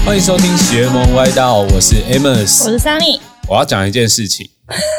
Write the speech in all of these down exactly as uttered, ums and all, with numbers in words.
欢迎收听邪门歪道，我是 Amos， 我是 Sunny。 我要讲一件事情，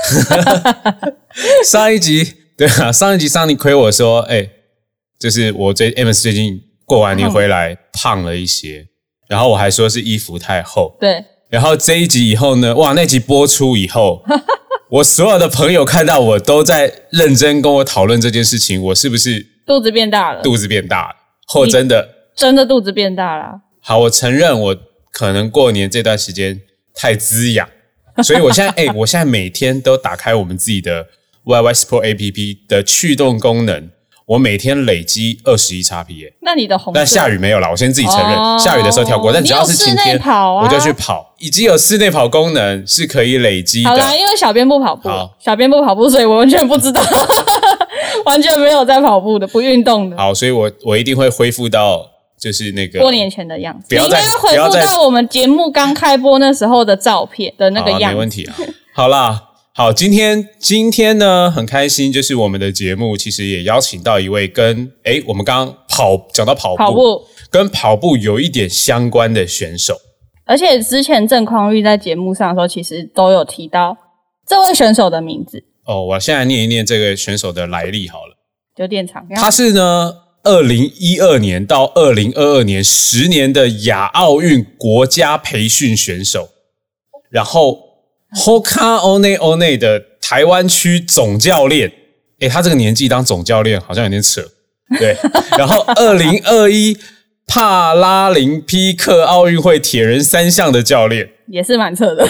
上一集对啊，上一集 Sunny 亏我说，哎、欸，就是我最 Amos 最近过完年回来、嗯、胖了一些，然后我还说是衣服太厚， 对。 然后这一集以后呢，哇，那集播出以后，我所有的朋友看到我都在认真跟我讨论这件事情，我是不是肚子变大了？肚子变大了，或真的真的肚子变大了。 好，我承认我可能过年这段时间太滋养，所以我现在哎、欸，我现在每天都打开我们自己的 Y Y Sport A P P 的驱动功能。我每天累积二十一 X P 耶， 那你的红， 但下雨没有啦，我先自己承认，哦、下雨的时候跳过，但只要是晴天， 啊、 我就去跑，已经有室内跑功能是可以累积的。 好啦，因为小编不跑步，小编不跑步，所以我完全不知道，完全没有在跑步的，不运动的。 好，所以我我一定会恢复到就是那个过年前的样子， 不要再你应该恢复到我们节目刚开播那时候的照片的那个样子， 啊、没问题啊。好啦。好，今天今天呢很开心，就是我们的节目其实也邀请到一位跟诶我们刚刚跑讲到跑步， 跑步跟跑步有一点相关的选手， 而且之前郑匡裕在节目上的时候，其实都有提到这位选手的名字。 哦，我现在念一念这个选手的来历好了， 有点长。 他是呢二零一二年到二零二二年十年的亚奥运国家培训选手，然后Hoka One One 的台湾区总教练，诶，他这个年纪当总教练好像有点扯，对。然后二零二一帕拉林匹克奥运会铁人三项的教练， 也是蛮扯的。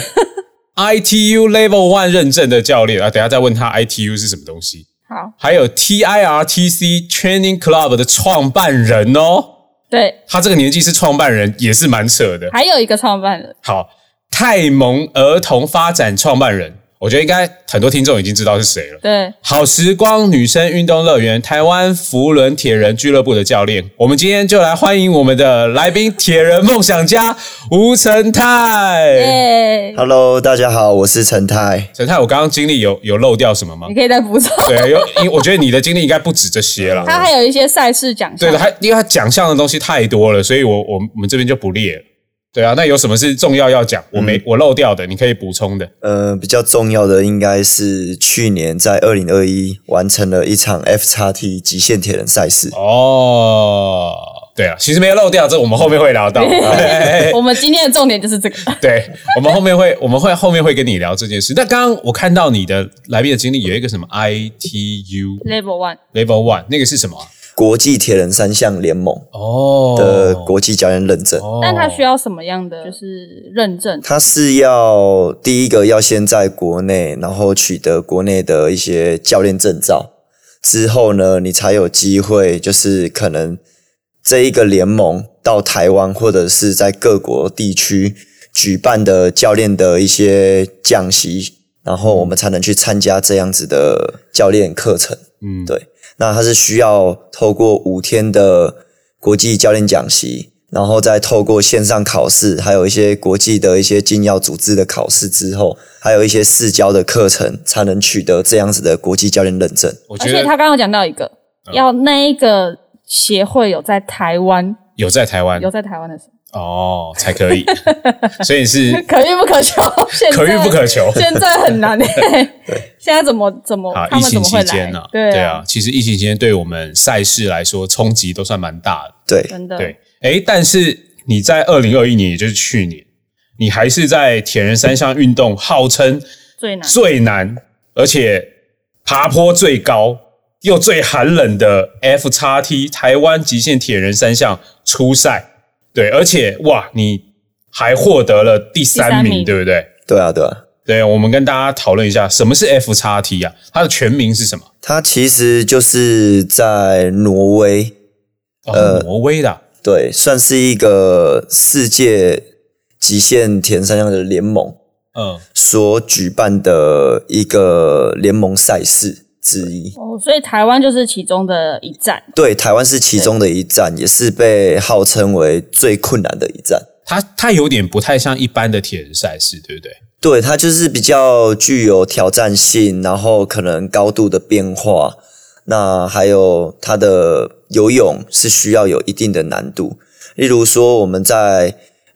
I T U Level One 认证的教练啊，等一下再问他 I T U 是什么东西。 好， 还有 T I R T C Training Club 的创办人哦， 对， 他这个年纪是创办人，也是蛮扯的。 还有一个创办人， 好。泰蒙儿童发展创办人，我觉得应该很多听众已经知道是谁了。 对， 好时光女生运动乐园台湾福伦铁人俱乐部的教练，我们今天就来欢迎我们的来宾铁人梦想家吴承泰。 耶 Hello， 大家好，我是承泰。 承泰，我刚刚经历有有漏掉什么吗？ 你可以再补充。 对，有，因为我觉得你的经历应该不止这些了。 他还有一些赛事奖项。 对的，他因为他奖项的东西太多了，所以我我我们这边就不列了。对啊，那有什么是重要要讲？我没、嗯、我漏掉的，你可以补充的。 呃，比较重要的应该是去年在二零二一完成了一场 F X T 极限铁人赛事。 哦，对啊，其实没有漏掉，这我们后面会聊到。 我们今天的重点就是这个。 对，我们后面会我们会后面会跟你聊这件事。那刚刚我看到你的来宾的经历有一个什么 I T U Level One Level One 那个是什么、啊？ 国际铁人三项联盟的国际教练认证， 哦、 但它需要什么样的就是认证？ 它是要第一个要先在国内，然后取得国内的一些教练证照，之后呢，你才有机会，就是可能这一个联盟到台湾或者是在各国地区举办的教练的一些讲习，然后我们才能去参加这样子的教练课程。嗯，对。那它是需要透过五天的国际教练讲习，然后再透过线上考试，还有一些国际的一些精要组织的考试之后，还有一些试教的课程，才能取得这样子的国际教练认证。 我觉得而且他刚刚讲到一个，嗯、要那一个协会有在台湾， 有在台湾， 有在台湾的时候。 哦，才可以，所以是可遇不可求， 可遇不可求， 现在很难诶。现在怎么怎么？ 好， 他们怎么会来疫情期间呢、啊？ 对啊， 对啊，其实疫情期间对我们赛事来说冲击都算蛮大的。 对， 真的。 对，诶，但是你在二零二一年，也就是去年，你还是在铁人三项运动号称最难、 最难，而且爬坡最高又最寒冷的 F X T 台湾极限铁人三项初赛。对，而且哇，你还获得了第三名， 第三名对不对？ 对啊，对啊。 对，我们跟大家讨论一下，什么是 F X T 啊？它的全名是什么？ 它其实就是在挪威， 哦，呃、挪威的、啊， 对，算是一个世界极限铁人三项的联盟，嗯，所举办的一个联盟赛事之一。 哦，所以台湾就是其中的一站。 对，台湾是其中的一站，也是被号称为最困难的一站。 它它有点不太像一般的铁人赛事，对不对？ 对，它就是比较具有挑战性，然后可能高度的变化，那还有它的游泳是需要有一定的难度。例如说我们在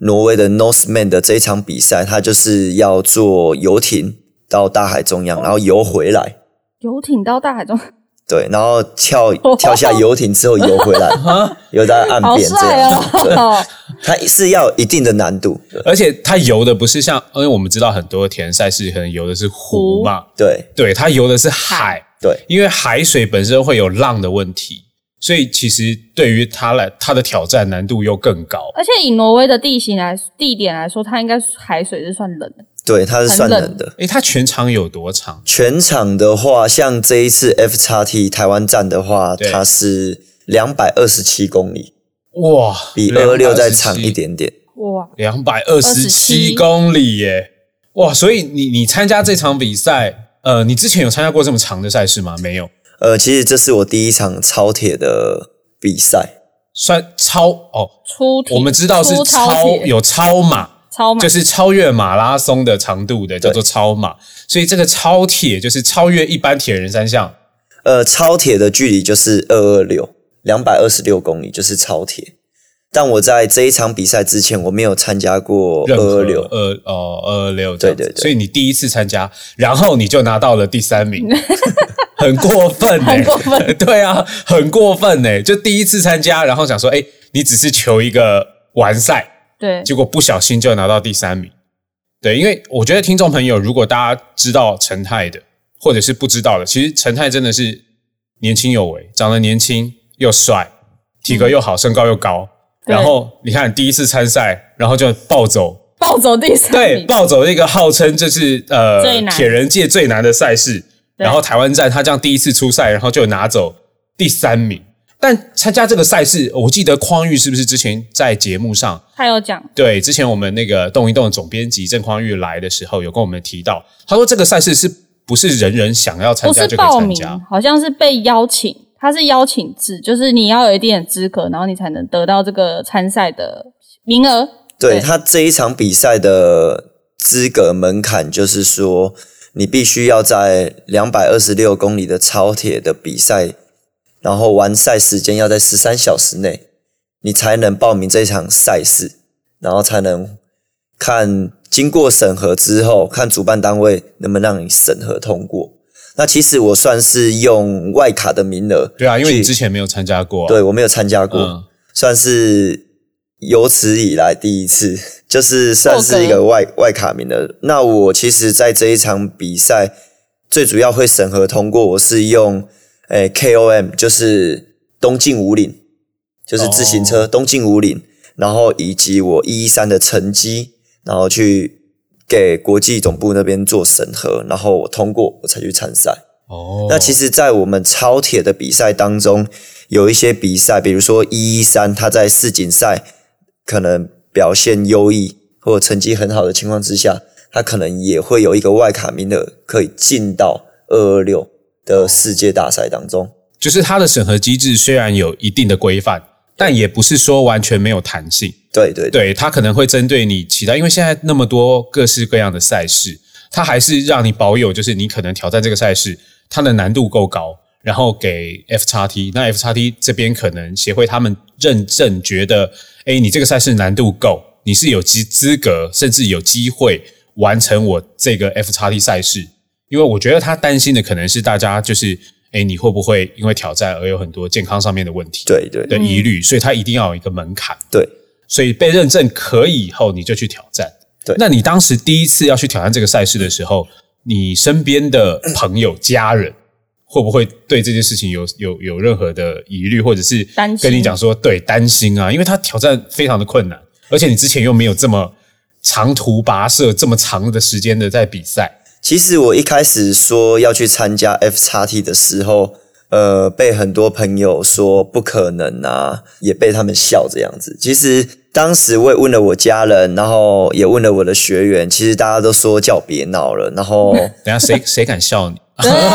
挪威的 Norseman 的这一场比赛，它就是要坐游艇到大海中央，然后游回来。 游艇到大海中， 对，然后跳跳下游艇之后游回来，游到岸边这样。 好帅哦！ 它是要有一定的难度， 而且它游的不是像，因为我们知道很多田赛事可能游的是湖嘛， 对对，它游的是海， 对， 因为海水本身会有浪的问题，所以其实对于它来，它的挑战难度又更高。 而且以挪威的地形来地点来说，它应该海水是算冷的。 对，它是算冷的。 诶，它全长有多长？ 全长的话，像这一次 F X T 台湾站的话，它是两百二十七公里， 哇， 比二二六再长一点点。 哇， 两百二十七公里耶！哇，所以你你参加这场比赛，呃，你之前有参加过这么长的赛事吗？没有。 呃，其实这是我第一场超铁的比赛， 算超哦， 初铁， 我们知道是超有超马。 超马就是超越马拉松的长度的，叫做超马。所以这个超铁就是超越一般铁人三项。 呃，超铁的距离就是二二六，两百二十六公里就是超铁。但我在这一场比赛之前，我没有参加过二二六， 二哦二二六， 对对对。 所以你第一次参加，然后你就拿到了第三名，很过分哎、欸， 很过分， 对啊，很过分哎、欸，就第一次参加，然后想说，哎、欸，你只是求一个完赛。 对， 结果不小心就拿到第三名。对，因为我觉得听众朋友，如果大家知道陈泰的，或者是不知道的，其实陈泰真的是年轻有为，长得年轻又帅，体格又好，嗯、身高又高。然后你看第一次参赛，然后就暴走， 暴走第三名， 对，暴走那个号称这是呃铁人界最难的赛事。然后台湾站他这样第一次出赛，然后就拿走第三名。但参加这个赛事，我记得匡玉是不是之前在节目上他有讲？ 对，之前我们那个动一动的总编辑郑匡玉来的时候，有跟我们提到，他说这个赛事是不是人人想要参加就可以参加？ 好像是被邀请，它是邀请制，就是你要有一定的资格，然后你才能得到这个参赛的名额。 对，他这一场比赛的资格门槛就是说，你必须要在两百二十六公里的超铁的比赛。然后完赛时间要在十三小时内，你才能报名这场赛事，然后才能看经过审核之后，看主办单位能不能让你审核通过。那其实我算是用外卡的名额， 对啊，因为你之前没有参加过、啊， 对我没有参加过、嗯，算是有史以来第一次，就是算是一个外外卡名额。那我其实在这一场比赛最主要会审核通过，我是用。诶 K O M 就是东进武岭，就是自行车、oh. 东进武岭，然后以及我一一三的成绩，然后去给国际总部那边做审核，然后我通过我才去参赛。哦、oh. ，那其实，在我们超铁的比赛当中，有一些比赛，比如说一一三，他在世锦赛可能表现优异或者成绩很好的情况之下，他可能也会有一个外卡名额可以进到二二六。的世界大赛当中， 就是它的审核机制虽然有一定的规范，但也不是说完全没有弹性。 对对 对, 对，它可能会针对你其他，因为现在那么多各式各样的赛事，它还是让你保有，就是你可能挑战这个赛事，它的难度够高，然后给 F X T， 那 F X T 这边可能协会他们认证觉得，诶，你这个赛事难度够，你是有资格，甚至有机会完成我这个 F X T 赛事。因为我觉得他担心的可能是大家就是，诶，你会不会因为挑战而有很多健康上面的问题， 对对的疑虑，所以他一定要有一个门槛， 对， 所以被认证可以以后，你就去挑战。 对， 那你当时第一次要去挑战这个赛事的时候，你身边的朋友、家人会不会对这件事情有有有任何的疑虑，或者是跟你讲说，对，担心啊，因为他挑战非常的困难，而且你之前又没有这么长途跋涉这么长的时间的在比赛。 其实我一开始说要去参加 F X T 的时候，呃，被很多朋友说不可能啊，也被他们笑这样子。其实当时我也问了我家人，然后也问了我的学员，其实大家都说叫别闹了。然后等一下谁谁敢笑你？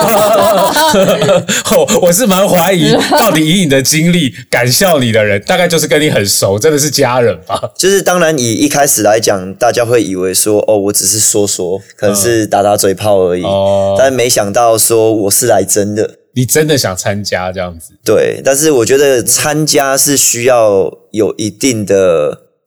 我是蛮怀疑，到底以你的经历敢笑你的人，大概就是跟你很熟，真的是家人吧？ 就是当然以一开始来讲，大家会以为说哦，我只是说说，可能是打打嘴炮而已，嗯、但没想到说我是来真的。 你真的想参加这样子？ 对，但是我觉得参加是需要有一定的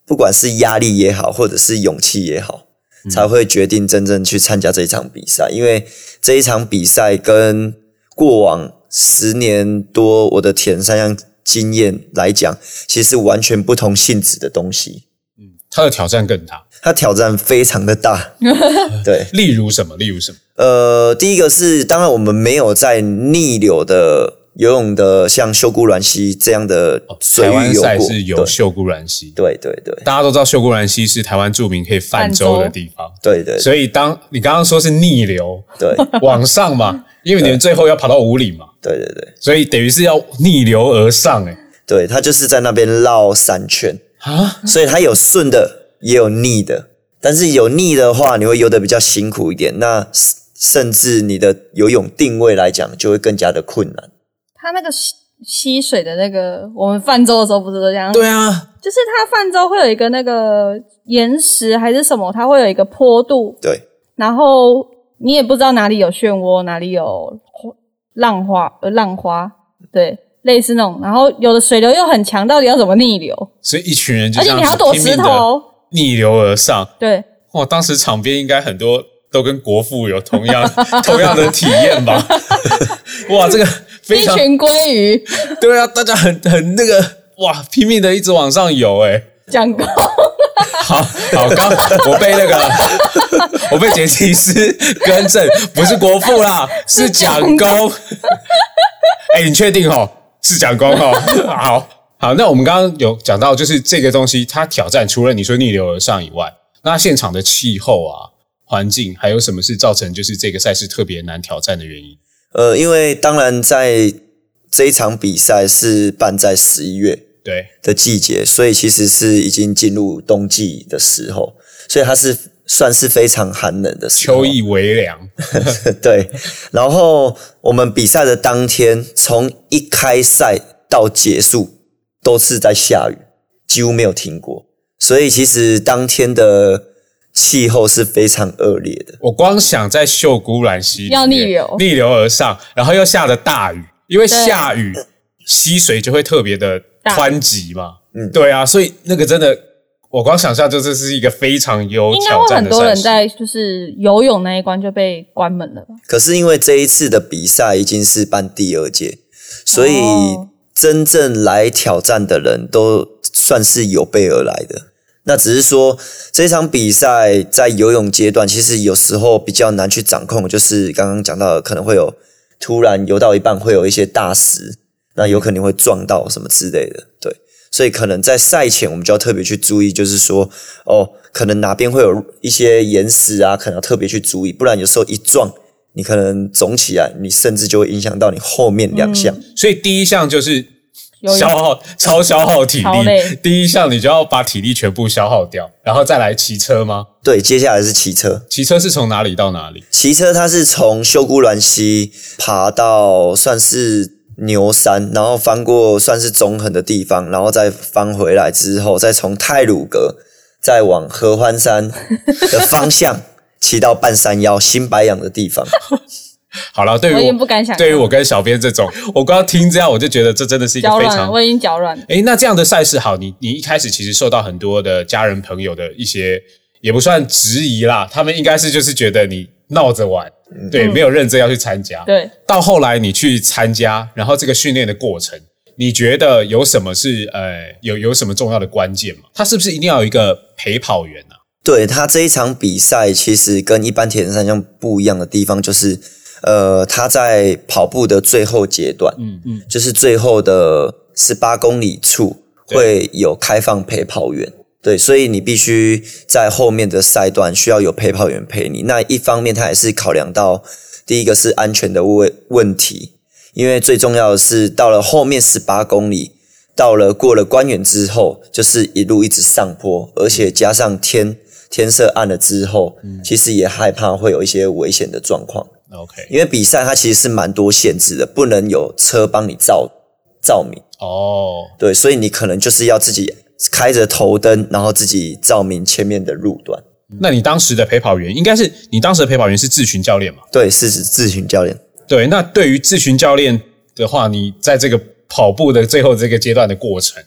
不管是压力也好，或者是勇气也好，嗯、才会决定真正去参加这一场比赛。因为这一场比赛跟过往十年多我的铁人三项经验来讲，其实完全不同性质的东西。 嗯，它的挑战更大， 它挑战非常的大。对， 例如什么？例如什么？ 呃，第一个是，当然我们没有在逆流的游泳的像秀姑峦溪这样的水域游过。 台湾赛是有秀姑峦溪， 对对对， 大家都知道秀姑峦溪是台湾著名可以泛舟的地方， 对 对, 对。 所以当你刚刚说是逆流， 对， 往上嘛，因为你们最后要跑到五里嘛， 对对对， 所以等于是要逆流而上，哎， 对，它就是在那边绕三圈啊， 所以它有顺的，也有逆的，但是有逆的话，你会游得比较辛苦一点，那甚至你的游泳定位来讲，就会更加的困难。 它那个溪溪水的那个，我们泛舟的时候不是都这样？ 对啊， 就是它泛舟会有一个那个岩石还是什么，它会有一个坡度， 对， 然后你也不知道哪里有漩涡，哪里有浪花，呃，浪花，对，类似那种。然后有的水流又很强，到底要怎么逆流？ 所以一群人就这样， 而且你还要躲石头， 逆流而上。 对， 哇，当时场边应该很多都跟国父有同样同样的体验吧？哇，这个非常一群鲑鱼， 对啊，大家很很那个哇，拼命的一直往上游，哎， 讲够。 好好，刚我被那个我被杰奇斯更正，不是国父啦，是蒋公。哎、欸，你确定哦？是蒋公哦？好好，那我们刚刚有讲到，就是这个东西它挑战，除了你说逆流而上以外，那现场的气候啊、环境，还有什么是造成就是这个赛事特别难挑战的原因？ 呃，因为当然在这一场比赛是办在十一月。 对的季节，所以其实是已经进入冬季的时候，所以它是算是非常寒冷的时候， 秋意微凉。 对，然后我们比赛的当天，从一开赛到结束都是在下雨，几乎没有停过，所以其实当天的气候是非常恶劣的。 我光想在秀姑峦溪要逆流， 逆流而上，然后又下了大雨，因为下雨溪水就会特别的湍急嘛，嗯，对啊，所以那个真的，我光想象就这是一个非常有挑战的赛事。应该会很多人在就是游泳那一关就被关门了吧？ 可是因为这一次的比赛已经是办第二届，所以真正来挑战的人都算是有备而来的。那只是说这场比赛在游泳阶段，其实有时候比较难去掌控，就是刚刚讲到的，可能会有突然游到一半会有一些大石。那有可能会撞到什么之类的，对，所以可能在赛前我们就要特别去注意，就是说，哦，可能哪边会有一些岩石啊，可能要特别去注意，不然有时候一撞，你可能肿起来，你甚至就会影响到你后面两项。 嗯、所以第一项就是消耗超消耗体力，第一项你就要把体力全部消耗掉，然后再来骑车吗？ 对，接下来是骑车。 骑车是从哪里到哪里？ 骑车它是从秀姑峦溪爬到算是牛山，然后翻过算是中横的地方，然后再翻回来之后，再从太鲁阁再往合欢山的方向骑到半山腰新白杨的地方。 好了，对于 我, 我已经不敢想， 对于我跟小编这种，我刚刚听这样，我就觉得这真的是一个非常， 我已经脚软。 哎，那这样的赛事，好，你你一开始其实受到很多的家人朋友的一些，也不算质疑啦，他们应该是就是觉得你闹着玩。对，没有认真要去参加。 对， 到后来你去参加，然后这个训练的过程，你觉得有什么是呃有有什么重要的关键吗？他是不是一定要有一个陪跑员啊？ 对，他这一场比赛其实跟一般铁人三项不一样的地方就是，呃，他在跑步的最后阶段，嗯嗯，就是最后的十八公里处会有开放陪跑员。对，所以你必须在后面的赛段需要有陪跑员陪你。那一方面，它也是考量到第一个是安全的问问题，因为最重要的是到了后面十八公里，到了过了关原之后，就是一路一直上坡，而且加上天天色暗了之后，嗯、其实也害怕会有一些危险的状况。 OK， 因为比赛它其实是蛮多限制的，不能有车帮你照照明。 哦， 对，所以你可能就是要自己开着头灯，然后自己照明前面的路段。 那你当时的陪跑员应该是你当时的陪跑员是志群教练嘛？ 对，是志群教练。 对，那对于志群教练的话，你在这个跑步的最后这个阶段的过程，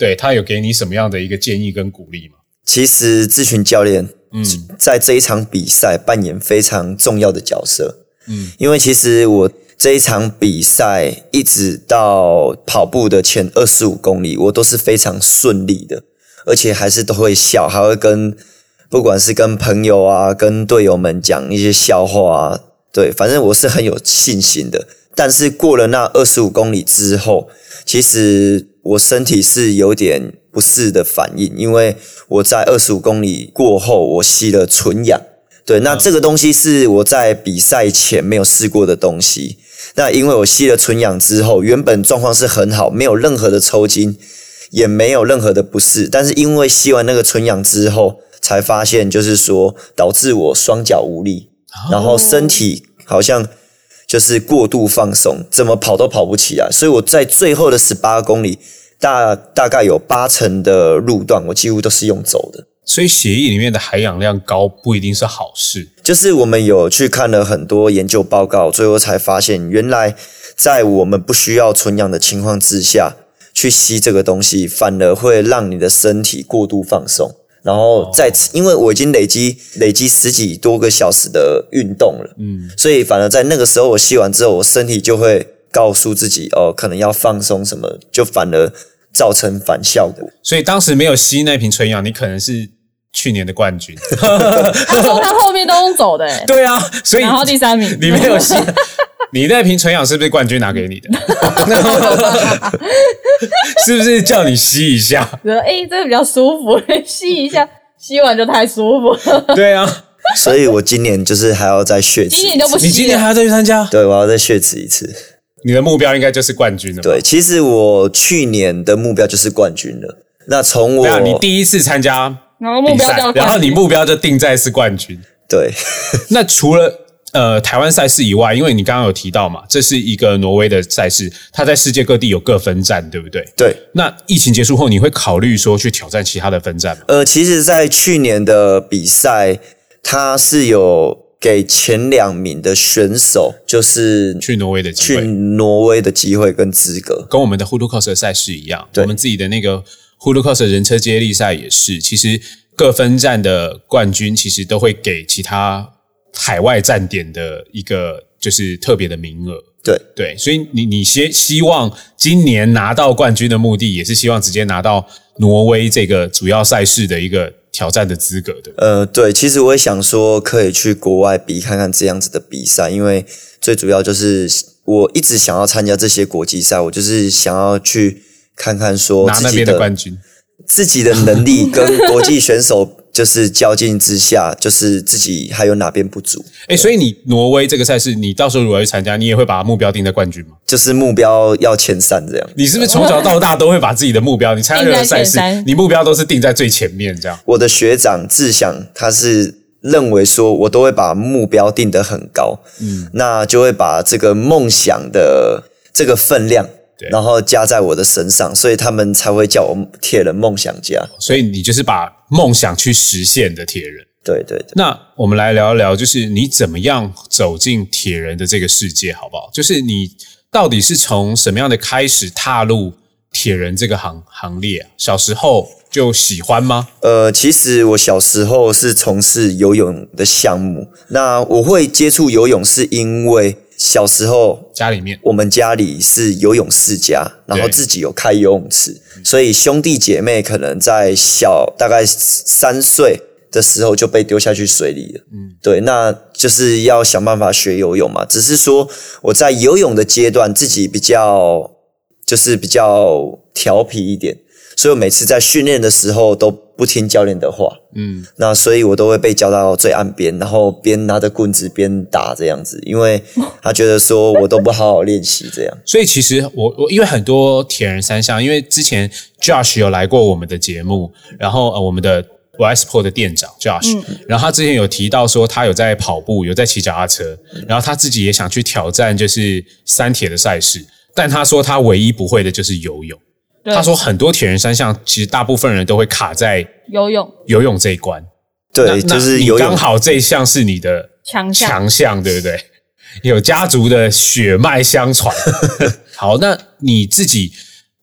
对，他有给你什么样的一个建议跟鼓励吗？ 其实志群教练嗯在这一场比赛扮演非常重要的角色。嗯，因为其实我这一场比赛一直到跑步的前二十五公里，我都是非常顺利的，而且还是都会笑，还会跟不管是跟朋友啊、跟队友们讲一些笑话啊，对，反正我是很有信心的。但是过了那二十五公里之后，其实我身体是有点不适的反应，因为我在二十五公里过后，我吸了纯氧。对，那这个东西是我在比赛前没有试过的东西。那因为我吸了纯氧之后，原本状况是很好，没有任何的抽筋，也没有任何的不适。但是因为吸完那个纯氧之后，才发现就是说导致我双脚无力，然后身体好像就是过度放松，怎么跑都跑不起来。所以我在最后的十八公里，大大概有八成的路段，我几乎都是用走的。 所以血液里面的含氧量高不一定是好事。 就是我们有去看了很多研究报告，最后才发现原来在我们不需要纯氧的情况之下去吸这个东西，反而会让你的身体过度放松，然后再、哦、因为我已经累积累积十几多个小时的运动了，嗯，所以反而在那个时候我吸完之后，我身体就会告诉自己哦，可能要放松什么，就反而造成反效果。 所以当时没有吸那瓶纯氧，你可能是去年的冠军。 他说他后面都用走的耶。 对啊，所以然后第三名你没有吸，你那瓶纯氧是不是冠军拿给你的？是不是叫你吸一下？ 哎、欸，这个比较舒服，吸一下，吸完就太舒服了。 对啊， 所以我今年就是还要再血脂。 今年就不吸了， 你今年还要再去参加？ 对，我要再血脂一次。 你的目标应该就是冠军了吧？ 对，其实我去年的目标就是冠军了。那从我， 你第一次参加， 然后目标就然后你目标就定在是冠军。 对， 那除了呃台湾赛事以外，因为你刚刚有提到嘛，这是一个挪威的赛事，它在世界各地有各分站，对不对？ 对。 那疫情结束后，你会考虑说去挑战其他的分站吗？ 呃，其实，在去年的比赛，它是有给前两名的选手，就是去挪威的机会， 去挪威的机会跟资格， 跟我们的 Hulu Cross 的赛事一样。我们自己的那个 Hulu Cross 的人车接力赛也是，其实各分站的冠军其实都会给其他海外站点的一个就是特别的名额。 对对，所以你你希希望今年拿到冠军的目的，也是希望直接拿到挪威这个主要赛事的一个挑战的资格的。 呃，对，其实我也想说可以去国外比看看这样子的比赛，因为最主要就是我一直想要参加这些国际赛，我就是想要去看看说自己的拿那边的冠军， 自己的能力跟国际选手就是较劲之下，就是自己还有哪边不足。 诶，所以你挪威这个赛事，你到时候如果去参加，你也会把目标定在冠军吗？ 就是目标要前三这样。 你是不是从小到大都会把自己的目标，你参加任何赛事，你目标都是定在最前面这样？ 我的学长志祥他是认为说我都会把目标定得很高，嗯，那就会把这个梦想的这个分量然后加在我的身上，所以他们才会叫我铁人梦想家。 所以你就是把梦想去实现的铁人。 对对对。 那我们来聊一聊，就是你怎么样走进铁人的这个世界，好不好？就是你到底是从什么样的开始踏入铁人这个行行列啊？小时候就喜欢吗？ 呃，其实我小时候是从事游泳的项目。那我会接触游泳是因为小时候家里面我们家里是游泳世家，然后自己有开游泳池，所以兄弟姐妹可能在小大概三岁的时候就被丢下去水里了。嗯，对，那就是要想办法学游泳嘛。只是说我在游泳的阶段自己比较就是比较调皮一点，所以我每次在训练的时候都不听教练的话，嗯，那所以我都会被叫到最岸边，然后边拿着棍子边打这样子，因为他觉得说我都不好好练习这样。 所以其实我我因为很多铁人三项，因为之前 Josh 有来过我们的节目，然后呃我们的 Ysport 的店长 Josh，、嗯、然后他之前有提到说他有在跑步，有在骑脚踏车，然后他自己也想去挑战就是三铁的赛事，但他说他唯一不会的就是游泳。他说很多铁人三项其实大部分人都会卡在游泳游泳这一关。 对，就是游泳刚好这一项是你的强项强项，对不对？有家族的血脉相传。好，那你自己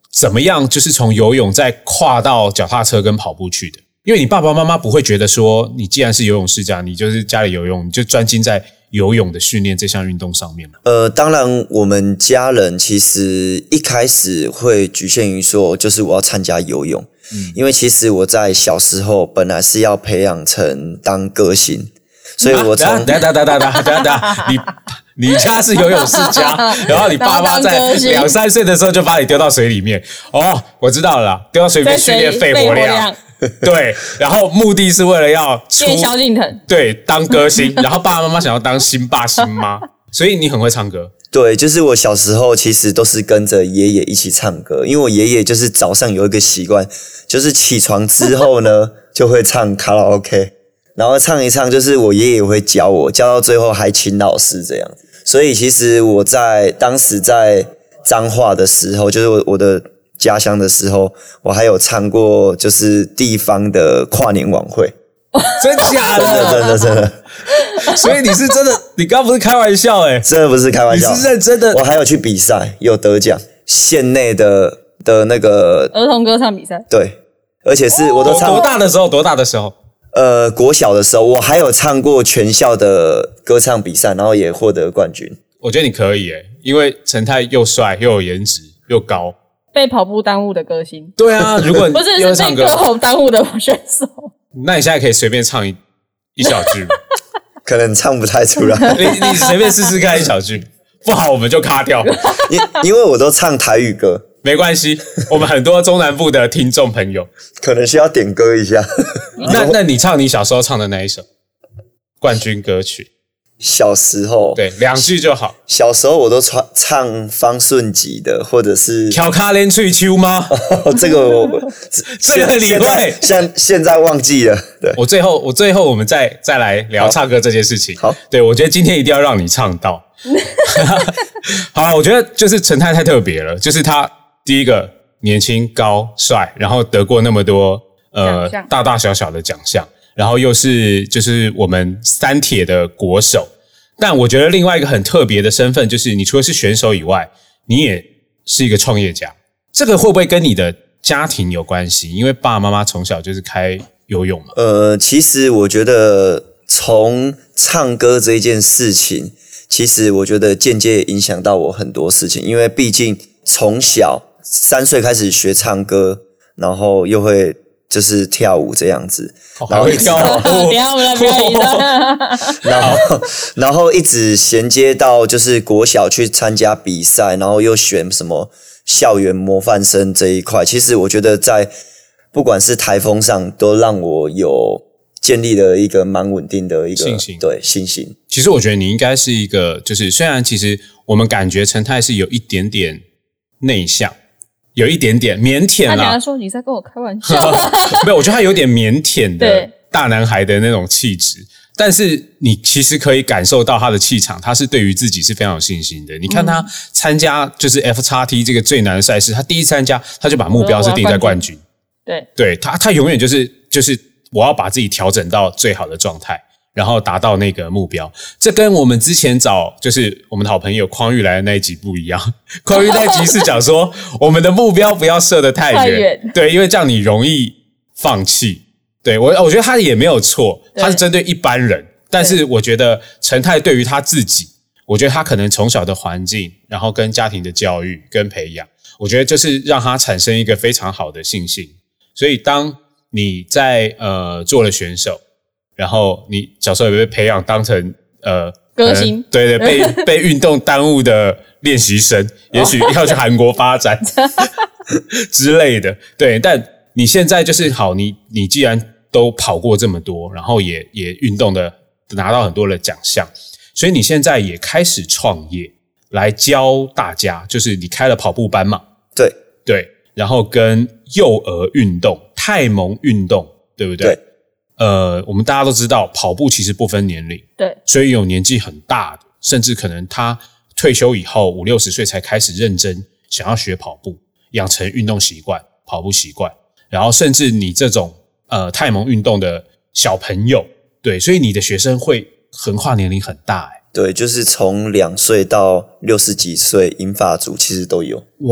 怎么样就是从游泳再跨到脚踏车跟跑步去的？因为你爸爸妈妈不会觉得说，你既然是游泳世家，你就是家里游泳，你就专精在游泳的训练这项运动上面嘛。 呃，当然，我们家人其实一开始会局限于说，就是我要参加游泳，嗯，因为其实我在小时候本来是要培养成当歌星，所以我从、啊、 等下等下等下等下等下等下，你你家是游泳世家，然后你爸妈在两三岁的时候就把你丢到水里面，哦，我知道了啦，丢到水里面训练肺活量。对，然后目的是为了要变萧敬腾， 对，当歌星，然后爸爸妈妈想要当星爸星妈，所以你很会唱歌。 对，就是我小时候其实都是跟着爷爷一起唱歌，因为我爷爷就是早上有一个习惯，就是起床之后呢就会唱卡拉 OK， 然后唱一唱，就是我爷爷会教我，教到最后还请老师这样。所以其实我在当时在彰化的时候，就是我我的家乡的时候，我还有唱过就是地方的跨年晚会。 真假的？ 真的真的真的。 所以你是真的，你刚不是开玩笑哎、欸？ 真的不是开玩笑， 你是认真的。 我还有去比赛，有得奖，县内的的那个儿童歌唱比赛。 对，而且是我都唱、 哦、多大的时候？多大的时候？ 呃，国小的时候，我还有唱过全校的歌唱比赛，然后也获得冠军。 我觉得你可以诶，因为陈泰又帅又有颜值又高。 被跑步耽误的歌星。 对啊，如果你不是是被歌喉耽误的选手， 那你现在可以随便唱一一小句， 可能唱不太出来。 你你随便试试看一小句，不好我们就卡掉。 因因为我都唱台语歌， 没关系，我们很多中南部的听众朋友可能需要点歌一下。 那那你唱你小时候唱的那一首冠军歌曲？ 小时候对两句就好。 小时候我都唱唱方顺吉的，或者是挑卡连翠秋吗？ 哦、这个我这个你会？ 现现在忘记了。对， 我最后我最后我们再再来聊唱歌这件事情。 好， 对我觉得今天一定要让你唱到。好了，我觉得就是陈泰太特别了，就是他第一个年轻高帅，然后得过那么多呃大大小小的奖项。然后又是就是我们三铁的国手，但我觉得另外一个很特别的身份就是你除了是选手以外，你也是一个创业家。这个会不会跟你的家庭有关系？因为爸爸妈妈从小就是开游泳嘛。 呃，其实我觉得从唱歌这一件事情，其实我觉得间接影响到我很多事情，因为毕竟从小三岁开始学唱歌，然后又会就是跳舞这样子， 哦、然后一直跳舞， 等一下我们来表演一下。 然后，然后一直衔接到就是国小去参加比赛，然后又选什么校园模范生这一块。其实我觉得在不管是台风上，都让我有建立了一个蛮稳定的一个信心， 对信心。 其实我觉得你应该是一个，就是虽然其实我们感觉陈泰是有一点点内向。有一点点腼腆啦， 他等下说你在跟我开玩笑， 没有，我觉得他有点腼腆的大男孩的那种气质，但是你其实可以感受到他的气场，他是对于自己是非常有信心的。你看他参加就是 F X T 这个最难的赛事，他第一次参加他就把目标是定在冠军， 对， 对他他永远就是就是我要把自己调整到最好的状态。然后达到那个目标，这跟我们之前找就是我们的好朋友匡玉来的那一集不一样。匡玉那一集是讲说，我们的目标不要设得太远，太远对，因为这样你容易放弃。对我，我觉得他也没有错，他是针对一般人，但是我觉得陈泰对于他自己，我觉得他可能从小的环境，然后跟家庭的教育跟培养，我觉得就是让他产生一个非常好的信心。所以当你在呃做了选手。然后你小时候也被培养当成呃歌星， 对对，被被运动耽误的练习生，也许要去韩国发展之类的。对，但你现在就是好，你你既然都跑过这么多，然后也也运动的拿到很多的奖项，所以你现在也开始创业来教大家，就是你开了跑步班嘛， 对对，然后跟幼儿运动、泰蒙运动，对不对？ 对。 呃，我们大家都知道，跑步其实不分年龄， 对， 所以有年纪很大的，甚至可能他退休以后五六十岁才开始认真想要学跑步，养成运动习惯、跑步习惯，然后甚至你这种呃泰蒙运动的小朋友，对，所以你的学生会横跨年龄很大，欸， 对，就是从两岁到六十几岁，银发族其实都有。 哇，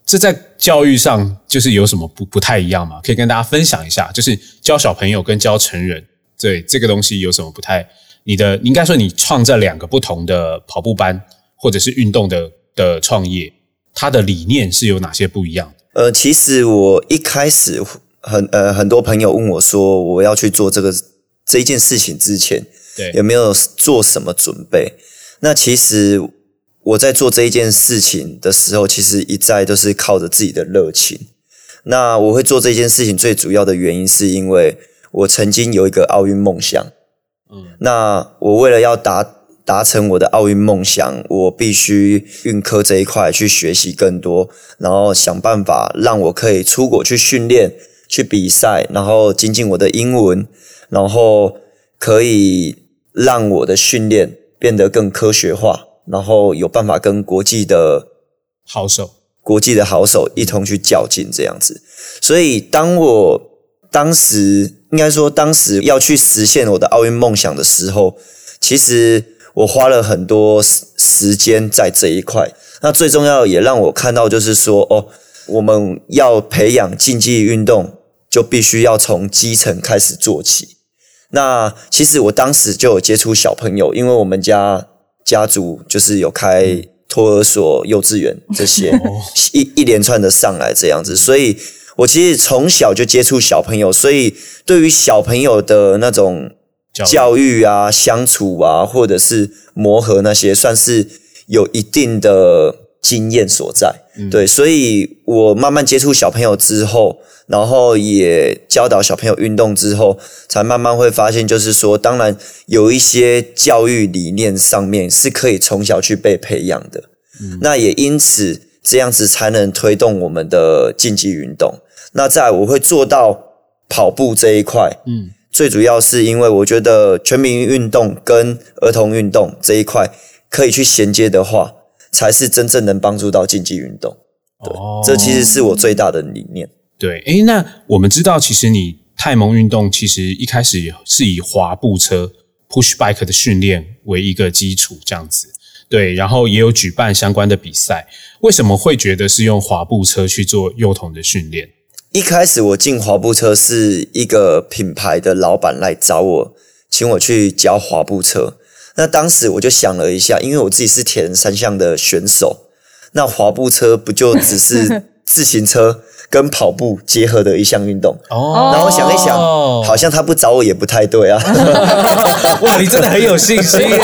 这在教育上就是有什么不不太一样吗？可以跟大家分享一下，就是教小朋友跟教成人，对这个东西有什么不太？你的应该说你创这两个不同的跑步班或者是运动的的创业，它的理念是有哪些不一样的？ 呃，其实我一开始很呃很多朋友问我说，我要去做这个这一件事情之前， 对， 有没有做什么准备？那其实我在做这一件事情的时候，其实一再都是靠着自己的热情。那我会做这件事情最主要的原因，是因为我曾经有一个奥运梦想。嗯，那我为了要达达成我的奥运梦想，我必须运科这一块去学习更多，然后想办法让我可以出国去训练、去比赛，然后精进我的英文，然后可以让我的训练变得更科学化，然后有办法跟国际的好手、 国际的好手一同去较劲这样子。所以当我当时应该说当时要去实现我的奥运梦想的时候，其实我花了很多时间在这一块。那最重要的也让我看到就是说，哦，我们要培养竞技运动就必须要从基层开始做起。那其实我当时就有接触小朋友，因为我们家家族就是有开托儿所、幼稚园这些一一连串的上来这样子，所以我其实从小就接触小朋友，所以对于小朋友的那种教育啊、相处啊，或者是磨合那些，算是有一定的经验所在。嗯、对，所以我慢慢接触小朋友之后，然后也教导小朋友运动之后，才慢慢会发现，就是说，当然有一些教育理念上面是可以从小去被培养的。嗯、那也因此这样子才能推动我们的竞技运动。那再来我会做到跑步这一块，嗯，最主要是因为我觉得全民运动跟儿童运动这一块可以去衔接的话，才是真正能帮助到竞技运动。对，哦，这其实是我最大的理念。 对，诶，那我们知道，其实你泰蒙运动其实一开始是以滑步车 push bike 的训练为一个基础，这样子。对，然后也有举办相关的比赛。为什么会觉得是用滑步车去做幼童的训练？ 一开始我进滑步车是一个品牌的老板来找我，请我去教滑步车。那当时我就想了一下，因为我自己是铁人三项的选手，那滑步车不就只是自行车跟跑步结合的一项运动？哦，然后想一想，好像他不找我也不太对啊。 哇，你真的很有信心耶！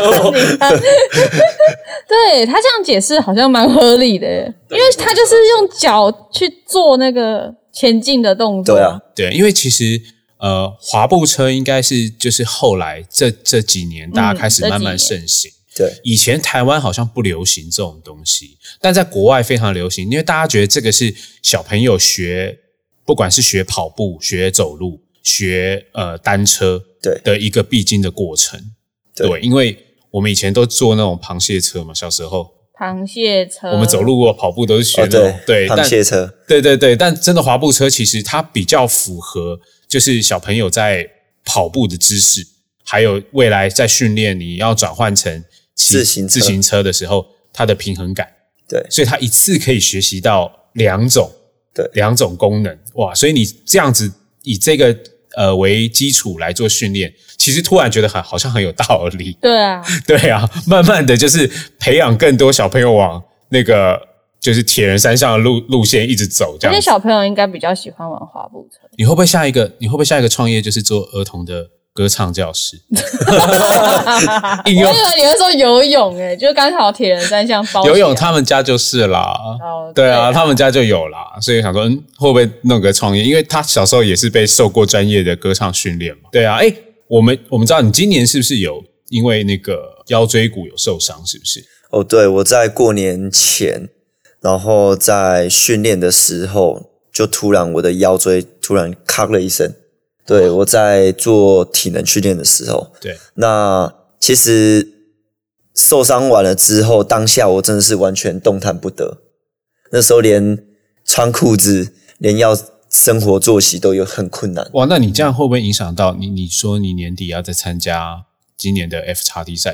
对，他这样解释好像蛮合理的耶，因为他就是用脚去做那个前进的动作。 对啊， 对，因为其实呃，滑步车应该是就是后来这这几年大家开始慢慢盛行。 嗯、对， 以前台湾好像不流行这种东西，但在国外非常流行，因为大家觉得这个是小朋友学，不管是学跑步、学走路、学呃单车的一个必经的过程。对，对，因为我们以前都坐那种螃蟹车嘛，小时候。 螃蟹车， 我们走路或跑步都是学那种、哦、对, 对螃蟹车， 对对对，但真的滑步车其实它比较符合，就是小朋友在跑步的姿势，还有未来在训练你要转换成骑自行车自行车的时候，它的平衡感。 对， 所以它一次可以学习到两种， 对， 两种功能，哇！所以你这样子以这个呃为基础来做训练。其实突然觉得很好像很有道理。 对啊， 对啊，慢慢的就是培养更多小朋友往那个就是铁人三项的路路线一直走，这样子。 而且小朋友应该比较喜欢玩滑步车。 你会不会下一个？你会不会下一个创业就是做儿童的歌唱教室？ 我以为你会说游泳诶、欸，就刚好铁人三项包。 游泳他们家就是啦，哦、对, 啊对啊，他们家就有啦，所以想说，嗯，会不会弄个创业？因为他小时候也是被受过专业的歌唱训练嘛。对啊，诶。我们我们知道你今年是不是有因为那个腰椎骨有受伤，是不是？ 哦，对，我在过年前，然后在训练的时候，就突然我的腰椎突然咔了一声。对，我在做体能训练的时候， 对， 那其实受伤完了之后，当下我真的是完全动弹不得，那时候连穿裤子，连要生活作息都有很困难。 哇，那你这样会不会影响到你？你说你年底要再参加今年的 F X T 赛事？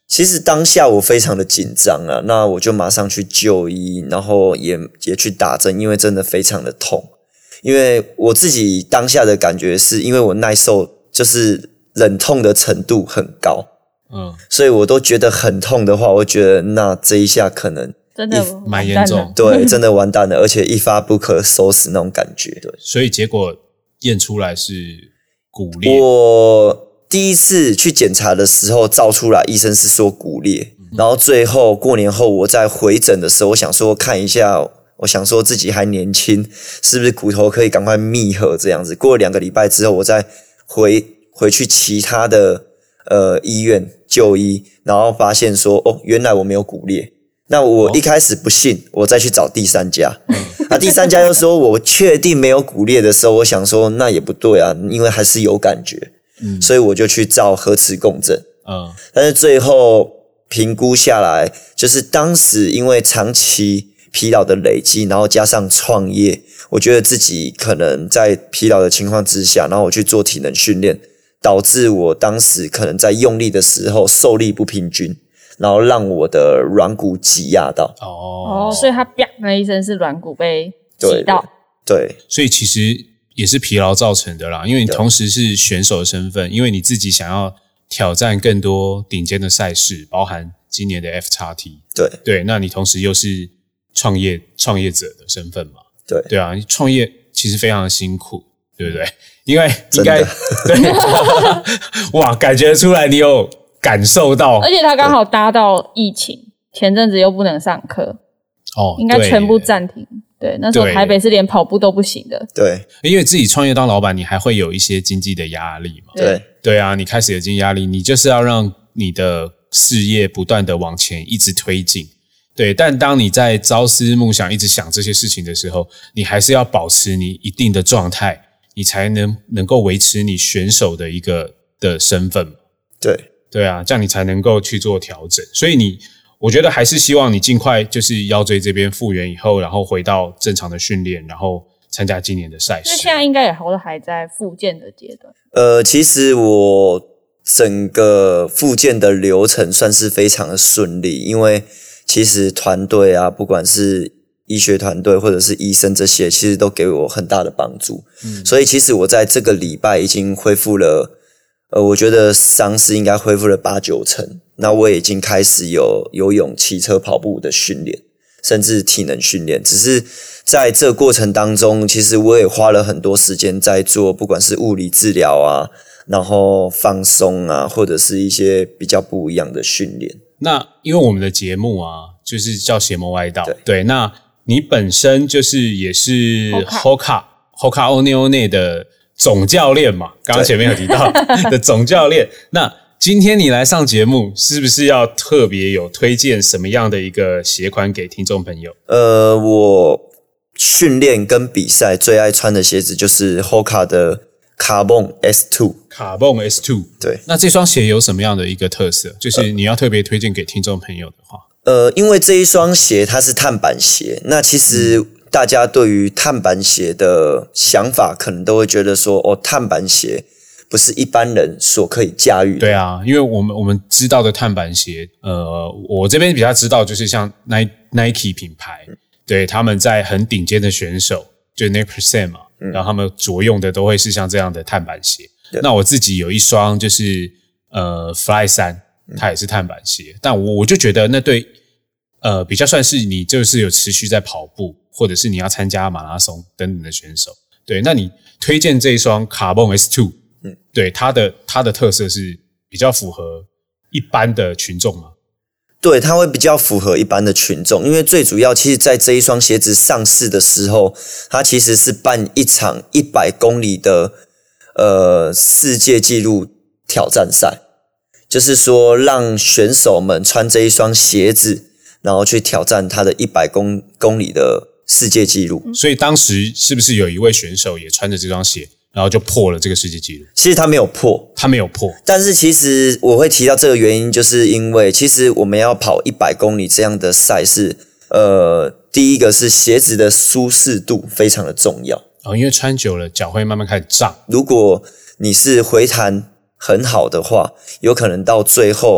其实当下我非常的紧张啊，那我就马上去就医，然后也也去打针，因为真的非常的痛。因为我自己当下的感觉是因为我耐受就是忍痛的程度很高，嗯，所以我都觉得很痛的话，我觉得那这一下可能真的蛮严重， 对，真的完蛋了，而且一发不可收拾那种感觉。对， 所以结果验出来是骨裂。 我第一次去检查的时候照出来，医生是说骨裂，嗯、然后最后过年后我在回诊的时候，我想说看一下，我想说自己还年轻，是不是骨头可以赶快密合这样子。过了两个礼拜之后，我再回回去其他的呃医院就医，然后发现说哦，原来我没有骨裂。那我一开始不信，我再去找第三家，啊，第三家又说我确定没有骨裂的时候，我想说那也不对啊，因为还是有感觉。嗯、所以我就去照核磁共振，嗯，但是最后评估下来，就是当时因为长期疲劳的累积，然后加上创业，我觉得自己可能在疲劳的情况之下，然后我去做体能训练，导致我当时可能在用力的时候受力不平均，然后让我的软骨挤压到。 哦，哦，所以他啪那一声是软骨被挤到。 对，对， 所以其实也是疲劳造成的啦，因为你同时是选手的身份，因为你自己想要挑战更多顶尖的赛事，包含今年的 F X T。 对对，那你同时又是创业创业者的身份嘛？ 对对啊，创业其实非常的辛苦，对不对？因为应该对哇，感觉出来你有感受到， 而且他刚好搭到疫情，前阵子又不能上课， 哦， 应该全部暂停。对，那时候台北是连跑步都不行的。 对， 因为自己创业当老板，你还会有一些经济的压力嘛。 对， 对啊，你开始有经济压力，你就是要让你的事业不断的往前一直推进。对，但当你在朝思暮想一直想这些事情的时候，你还是要保持你一定的状态，你才能能够维持你选手的一个的身份嘛。 对， 对啊，这样你才能够去做调整。所以你我觉得还是希望你尽快就是腰椎这边复原以后，然后回到正常的训练，然后参加今年的赛事。 那现在应该也都还在复健的阶段。 呃，其实我整个复健的流程算是非常的顺利，因为其实团队啊，不管是医学团队或者是医生这些，其实都给我很大的帮助。嗯，所以其实我在这个礼拜已经恢复了，呃，我觉得伤势应该恢复了八九成。那我已经开始有游泳、骑车、跑步的训练，甚至体能训练。只是在这个过程当中，其实我也花了很多时间在做，不管是物理治疗啊，然后放松啊，或者是一些比较不一样的训练。 那因为我们的节目啊，就是叫邪魔歪道， 对， 对，那你本身就是也是 Hoka Hoka One One 的总教练嘛，刚刚前面有提到的总教练。那今天你来上节目，是不是要特别有推荐什么样的一个鞋款给听众朋友？ 呃，我训练跟比赛最爱穿的鞋子就是 Hoka 的 Carbon S 二 Carbon S 二。 对， 那这双鞋有什么样的一个特色？就是你要特别推荐给听众朋友的话， 呃，因为这一双鞋它是碳板鞋，那其实大家对于碳板鞋的想法，可能都会觉得说，哦，碳板鞋不是一般人所可以驾驭的。 对啊，因为我们我们知道的碳板鞋，呃，我这边比较知道就是像 Nike 品牌，嗯、对，他们在很顶尖的选手，就 Nike Percent 嘛、嗯，然后他们着用的都会是像这样的碳板鞋。那我自己有一双就是呃 Fly 三，它也是碳板鞋，嗯、但我我就觉得那对呃比较算是你就是有持续在跑步，或者是你要参加马拉松等等的选手。对，那你推荐这一双 Carbon S 二。嗯，对，它的它的特色是比较符合一般的群众嘛？ 对，它会比较符合一般的群众，因为最主要，其实在这一双鞋子上市的时候，它其实是办一场一百公里的呃世界纪录挑战赛，就是说让选手们穿这一双鞋子，然后去挑战它的一百公公里的世界纪录。 所以当时是不是有一位选手也穿着这双鞋？然后就破了这个世界纪录。 其实他没有破， 他没有破。 但是其实我会提到这个原因，就是因为其实我们要跑一百公里这样的赛事，呃，第一个是鞋子的舒适度非常的重要。 哦，因为穿久了脚会慢慢开始胀。 如果你是回弹很好的话，有可能到最后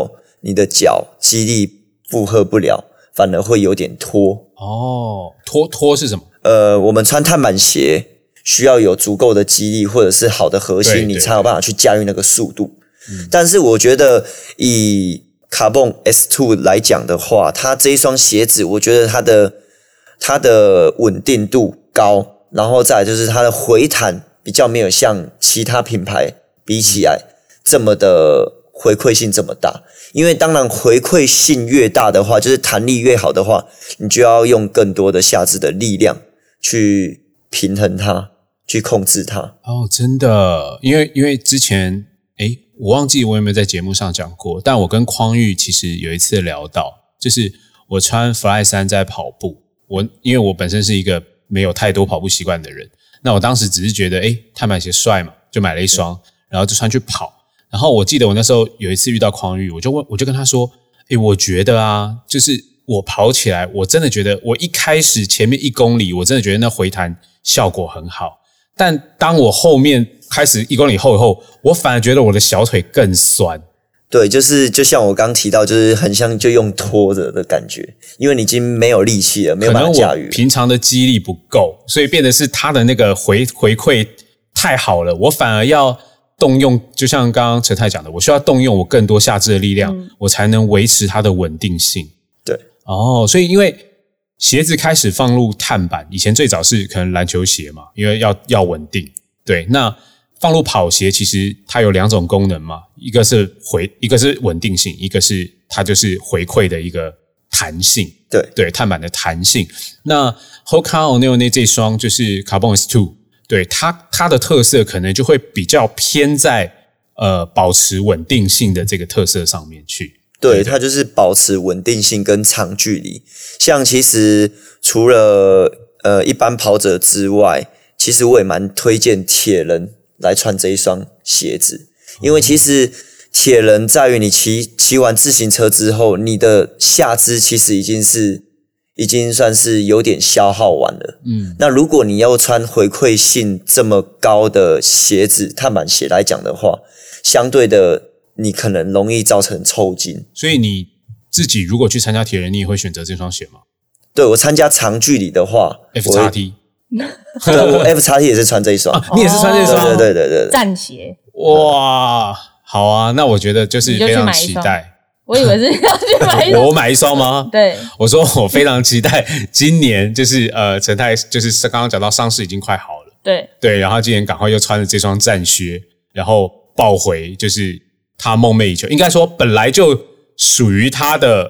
你的脚肌力负荷不了，反而会有点拖。 哦，拖拖是什么？ 呃，我们穿碳板鞋需要有足够的肌力或者是好的核心，你才有办法去驾驭那个速度。嗯、但是我觉得以 Carbon S 二 来讲的话，它这一双鞋子，我觉得它的它的稳定度高，然后再来就是它的回弹比较没有像其他品牌比起来这么的回馈性这么大。因为当然回馈性越大的话，就是弹力越好的话，你就要用更多的下肢的力量去平衡它，去控制它。 哦，真的，因为因为之前诶我忘记我有没有在节目上讲过，但我跟匡玉其实有一次聊到，就是我穿 Fly 三在跑步，我因为我本身是一个没有太多跑步习惯的人，那我当时只是觉得诶碳板鞋帅嘛，就买了一双，然后就穿去跑。然后我记得我那时候有一次遇到匡玉，我就问，我就跟他说，诶我觉得啊，就是我跑起来，我真的觉得我一开始前面一公里，我真的觉得那回弹效果很好，但当我后面开始一公里后以后，我反而觉得我的小腿更酸。 对，就是就像我刚提到，就是很像就用拖着的感觉，因为你已经没有力气了，没有办法驾驭。 平常的肌力不够，所以变得是他的那个回回馈太好了，我反而要动用，就像刚刚陈太讲的，我需要动用我更多下肢的力量，嗯、我才能维持它的稳定性。 对， 哦，所以因为鞋子开始放入碳板，以前最早是可能篮球鞋嘛，因为要要稳定。对，那放入跑鞋，其实它有两种功能嘛，一个是回，一个是稳定性，一个是它就是回馈的一个弹性。 对对，碳板的弹性。那 Hoka One One 这双就是 Carbon S 二，对它它的特色可能就会比较偏在呃保持稳定性的这个特色上面去。 对，它就是保持稳定性跟长距离。像其实除了呃一般跑者之外，其实我也蛮推荐铁人来穿这一双鞋子，因为其实铁人在于你骑骑完自行车之后，你的下肢其实已经是已经算是有点消耗完了。嗯，那如果你要穿回馈性这么高的鞋子，碳板鞋来讲的话，相对的你可能容易造成抽筋。 所以你自己如果去参加铁人，你也会选择这双鞋吗？ 对，我参加长距离的话 ，F X T。 对，我 F X T 也是穿这一双、 啊，你也是穿这一双， 对对对对对， 战鞋。 哇，好啊，那我觉得就是非常期待。 我以为是要去买一双， 我买一双吗？ 对， 我说我非常期待今年就是呃陈太就是刚刚讲到伤势已经快好了， 对对，然后今年赶快又穿着这双战靴，然后抱回就是他梦寐以求，应该说本来就属于他的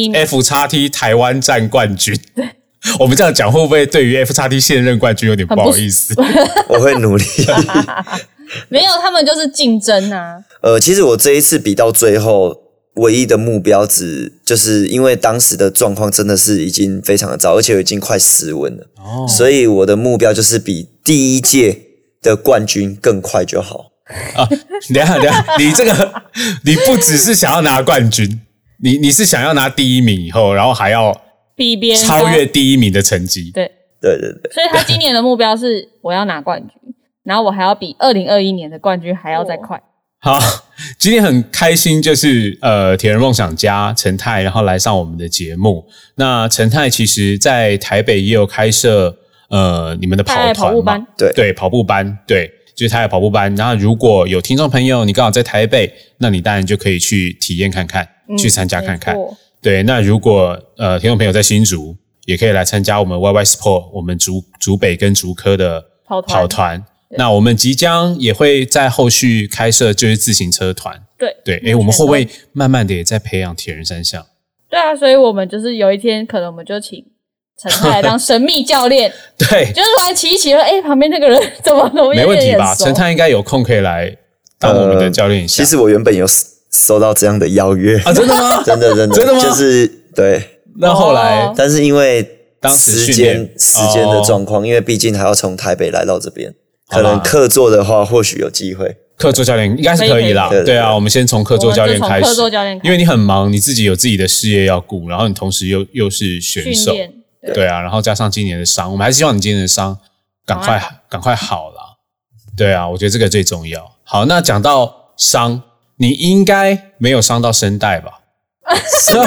F X T 台湾站冠军。对。我们这样讲会不会对于 F X T 现任冠军有点不好意思？ 我会努力。 没有，他们就是竞争啊。 呃，其实我这一次比到最后，唯一的目标只就是因为当时的状况真的是已经非常的糟，而且已经快失温了。哦，所以我的目标就是比第一届的冠军更快就好。 啊，等一下等一下，你这个你不只是想要拿冠军，你你是想要拿第一名以后，然后还要。 比别人超越第一名的成绩， 对对对对， 所以他今年的目标是我要拿冠军，然后我还要比二零二一年的冠军还要再快。 好，今天很开心，就是呃，铁人梦想家陈太，然后来上我们的节目。那陈太其实在台北也有开设呃你们的跑团嘛， 跑步班， 对对，跑步班，对，就是他的跑步班。然后如果有听众朋友你刚好在台北，那你当然就可以去体验看看，嗯、去参加看看。对，那如果呃听众朋友在新竹，也可以来参加我们 Y Y Sport 我们竹竹北跟竹科的跑团。跑团那我们即将也会在后续开设就是自行车团。 对对，诶我们会不会慢慢的也在培养铁人三项？ 对啊，所以我们就是有一天可能我们就请陈太来当神秘教练。 对， 就是来骑一骑了，诶旁边那个人怎么怎么没问题吧？陈太应该有空可以来当我们的教练一下。 呃、其实我原本有收到这样的邀约啊，真的吗？ 真的真的真的吗？ 就是对， 那后来， 哦、但是因为当时时间时间的状况， 哦、 因为毕竟还要从台北来到这边，可能客座的话或许有机会。 客座教练应该是可以啦， 可以可以对啊，我们先从客座教练开始， 客座教练开始， 因为你很忙，你自己有自己的事业要顾，然后你同时又又是选手， 对, 对啊，然后加上今年的伤，我们还是希望你今年的伤赶快赶快好啦。对啊，我觉得这个最重要。好，那讲到伤。你应该没有伤到声带吧？ 他想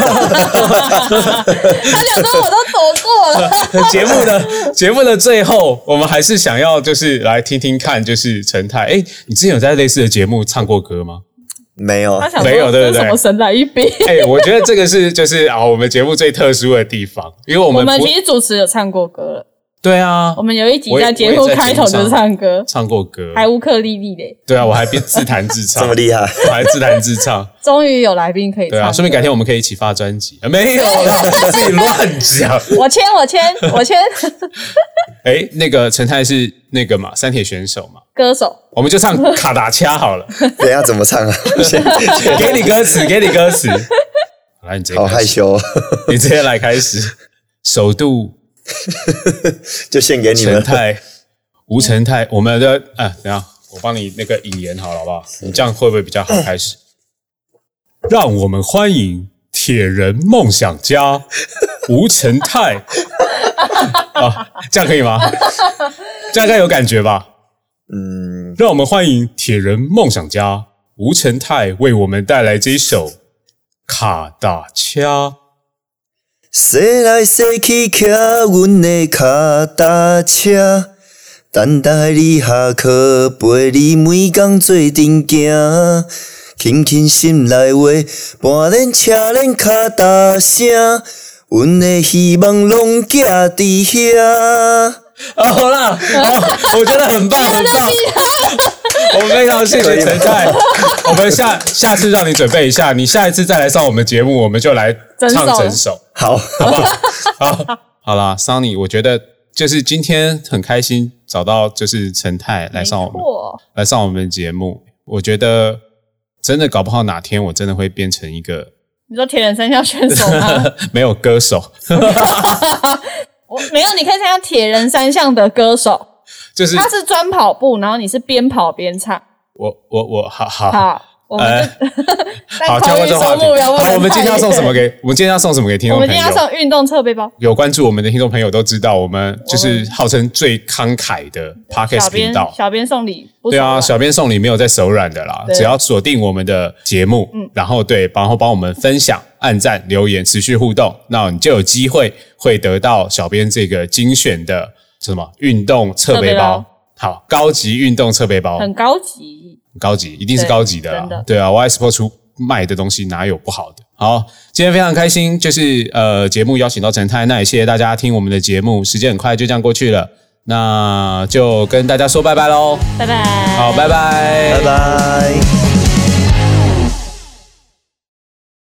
说我都躲过了。 节目的节目的最后，我们还是想要就是来听听看，就是陈太，哎，你之前有在类似的节目唱过歌吗？ 没有， 他想说没有，对不对？ 什么神来一笔？ 哎、欸，我觉得这个是就是啊，我们节目最特殊的地方，因为我们我们其实主持有唱过歌了。 对啊， 我们有一集在节目开头就唱歌， 唱过歌， 还乌克丽丽嘞。 对啊，我还自弹自唱， 这么厉害， 我还自弹自唱。 终于有来宾可以唱歌， 对啊，说明改天我们可以一起发专辑。啊、没有啦，自己乱讲。 我签，我签，我签。 哎、欸，那个陈太是那个嘛，三铁选手嘛， 歌手， 我们就唱卡达掐好了。 等一下怎么唱啊？ 给你歌词，给你歌词。来，你直接好害羞、哦， 你直接来开始。首度就献给你们。 陈太，吴陈太，我们的啊，等一下我帮你那个引言好了，好不好？你这样会不会比较好开始？让我们欢迎铁人梦想家吴陈太。啊，这样可以吗？这样应该有感觉吧？ 嗯， 让我们欢迎铁人梦想家吴陈太为我们带来这一首卡达掐。 驶来驶去骑阮的卡达车，等待你下课陪你每天做阵行，轻轻心内话伴恁车恁卡达声，阮的希望拢寄伫遐。 哦，好啦，好，我觉得很棒，很棒。我们非常谢谢陈太，我们下下次让你准备一下，你下一次再来上我们节目，我们就来唱整首， 好， 好不好？好，好啦 ，Sunny， 我觉得就是今天很开心找到就是陈太来上我们来上我们节目，我觉得真的搞不好哪天我真的会变成一个你说铁人三项选手吗？ 没有歌手， 我没有，你可以参加铁人三项的歌手。 就是他是专跑步，然后你是边跑边唱。 我我我好好好，我们就、 呃、好跳过这话题。好，我们今天要送什么给我们今天要送什么给听众朋友？ 我们今天要送运动侧背包。 有关注我们的听众朋友都知道，我们就是号称最慷慨的 Podcast 频道。 小编送礼， 对啊，小编送礼没有在手软的啦，只要锁定我们的节目，嗯，然后对，然后帮我们分享、按赞、留言、持续互动，那你就有机会会得到小编这个精选的什么运动侧背包。好，高级运动侧背包， 很高级， 很高级，一定是高级的啦。 真的， 对啊 ，Y Sport 出卖的东西哪有不好的？好，今天非常开心，就是呃，节目邀请到陈太，那也谢谢大家听我们的节目，时间很快就这样过去了，那就跟大家说拜拜喽， 拜拜， 好，拜拜， 拜拜。